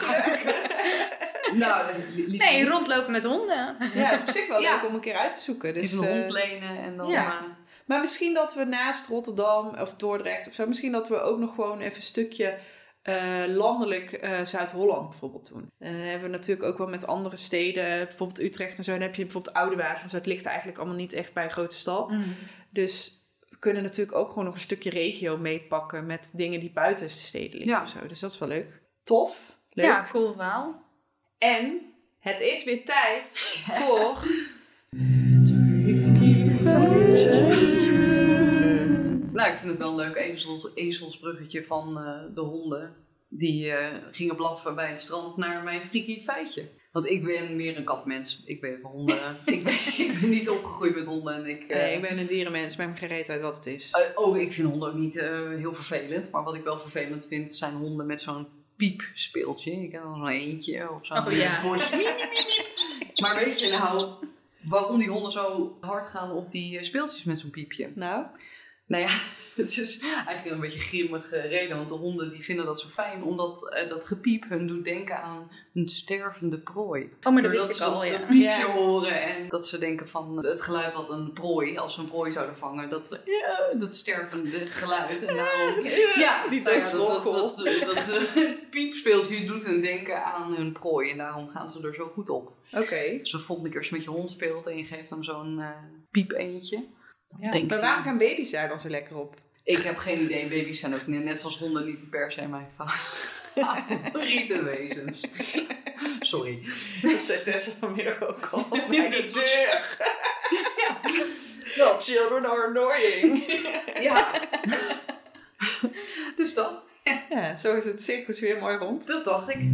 Nou, li- lief Nee, rondlopen met honden. Ja, het is op zich wel Ja. leuk om een keer uit te zoeken. Dus, even een eh, hond lenen en dan... ja. uh, maar misschien dat we naast Rotterdam of Dordrecht of zo, misschien dat we ook nog gewoon even een stukje uh, landelijk uh, Zuid-Holland bijvoorbeeld doen. Uh, hebben we natuurlijk ook wel met andere steden, bijvoorbeeld Utrecht en zo. Dan heb je bijvoorbeeld Oudewater en zo. Het ligt eigenlijk allemaal niet echt bij een grote stad. Mm. Dus we kunnen natuurlijk ook gewoon nog een stukje regio meepakken met dingen die buiten de steden liggen Ja. of zo. Dus dat is wel leuk. Tof. Leuk. Ja, cool verhaal. En het is weer tijd voor... Het Freaky Feitje. Nou, ik vind het wel een leuk ezels, ezelsbruggetje van uh, de honden. Die uh, gingen blaffen bij het strand naar mijn freaky feitje. Want ik ben meer een katmens. Ik ben honden. ik, ben, ik ben niet opgegroeid met honden. En ik, uh, nee, ik ben een dierenmens. Maak me geen reet uit wat het is. Uh, oh, ik vind honden ook niet uh, heel vervelend. Maar wat ik wel vervelend vind, zijn honden met zo'n piepspeeltje. Ik heb dan zo'n eentje of zo'n oh, ja. bordje. Maar weet je nou waarom die honden zo hard gaan op die speeltjes met zo'n piepje? Nou? Nou ja, het is eigenlijk een beetje grimmige reden. Want de honden die vinden dat zo fijn. Omdat uh, dat gepiep hun doet denken aan een stervende prooi. Oh, maar dat wist dat ik al, ze ja. dat piepje ja. horen. En dat ze denken van het geluid dat een prooi, als ze een prooi zouden vangen. Dat, uh, dat stervende geluid. En daarom, ja, die nou ja, dat, dat, doodsroggel. dat, dat, dat ze piepspeeltje doet hen denken aan hun prooi. En daarom gaan ze er zo goed op. Oké. Okay. Dus de volgende keer als je met je hond speelt en je geeft hem zo'n uh, piep eentje. Ja, maar waarom gaan baby's daar dan zo lekker op? Ik heb geen idee. Baby's zijn ook net zoals honden niet per se mijn favoriete wezens. Sorry. Dat zei Tessa vanmiddag ook al bij de deur. Ja. Children are annoying. Ja. Dus dat. Ja, zo is het circus weer mooi rond. Dat dacht ik.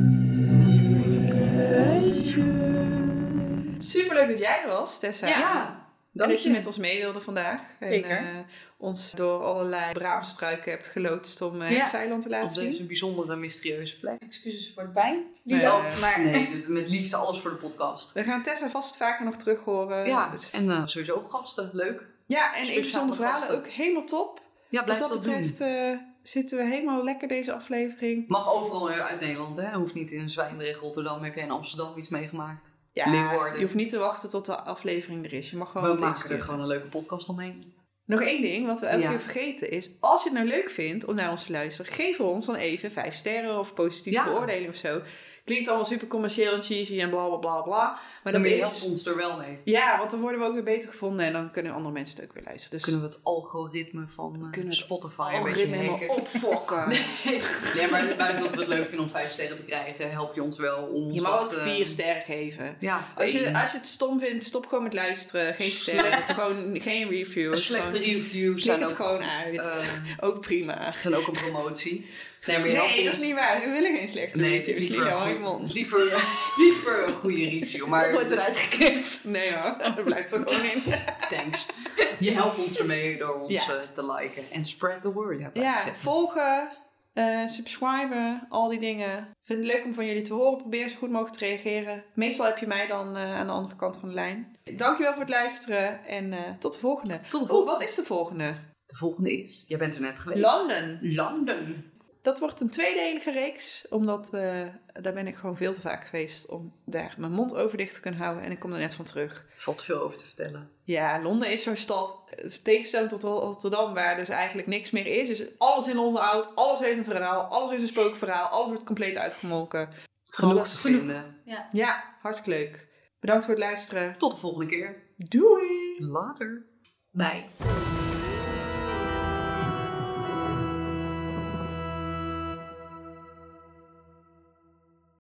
Superleuk dat jij er was, Tessa. Ja. ja. En dat je met ons mee wilde vandaag. Zeker. En uh, ons door allerlei braamstruiken hebt geloodst om uh, ja. Hexeiland te laten op zien. Op deze bijzondere, mysterieuze plek. Excuses voor de pijn. Die Nee, loopt, uh, maar... Nee, dit, met liefde alles voor de podcast. We gaan Tessa vast vaker nog terug horen. Ja, Dus... en uh, sowieso ook gasten. Leuk. Ja, en even zonder verhalen gasten. ook helemaal top. Ja, blijf Wat dat, dat betreft uh, zitten we helemaal lekker deze aflevering. Mag overal uit Nederland, hè? Hoeft niet in Zwijndrecht, Rotterdam. Heb jij in Amsterdam iets meegemaakt? Ja, Leeuwarden. Je hoeft niet te wachten tot de aflevering er is. Je mag gewoon we wat maken insturen. er gewoon een leuke podcast omheen. Nog één ding, wat we elke ja. keer vergeten is. Als je het nou leuk vindt om naar ons te luisteren, geef ons dan even vijf sterren of positieve ja. beoordeling of zo. Klinkt allemaal super commercieel en cheesy en bla bla bla bla. Maar dat dat is... helpt ons er wel mee. Ja, want dan worden we ook weer beter gevonden en dan kunnen andere mensen het ook weer luisteren. Dus kunnen we het algoritme van uh, Spotify een beetje helemaal opfokken. nee. nee, maar buiten dat we het leuk vinden om vijf sterren te krijgen, help je ons wel om ons je mag ook uh... vier sterren geven. Ja, als, je, als je het stom vindt, stop gewoon met luisteren. Geen sterren, gewoon geen reviews. Slechte gewoon, reviews zijn zijn het ook, gewoon uit. Uh, ook prima. Het zijn ook een promotie. Nee, maar je nee ons... dat is niet waar. We willen geen slechte nee, reviews. Liever, Liever, een, mond. liever, liever een goede review. Maar dat wordt eruit geknipt. Nee hoor, dat blijft er gewoon in. Thanks. Je helpt ons ermee door ons ja. uh, te liken. En spread the word. Ja, ja volgen, uh, subscriben, al die dingen. Ik vind het leuk om van jullie te horen. Probeer zo goed mogelijk te reageren. Meestal heb je mij dan uh, aan de andere kant van de lijn. Dankjewel voor het luisteren en uh, tot de volgende. Tot de volgende. Oh, wat is de volgende? De volgende is, jij bent er net geweest. London. London. Dat wordt een tweedelige reeks, omdat uh, daar ben ik gewoon veel te vaak geweest om daar mijn mond over dicht te kunnen houden. En ik kom er net van terug. Er valt veel over te vertellen. Ja, Londen is zo'n stad, tegenstelling tot Rotterdam, waar dus eigenlijk niks meer is. Dus alles in Londen oud, alles heeft een verhaal, alles is een spookverhaal, alles wordt compleet uitgemolken. Genoeg alles, te genoeg. vinden. Ja. ja, hartstikke leuk. Bedankt voor het luisteren. Tot de volgende keer. Doei! Later. Bye.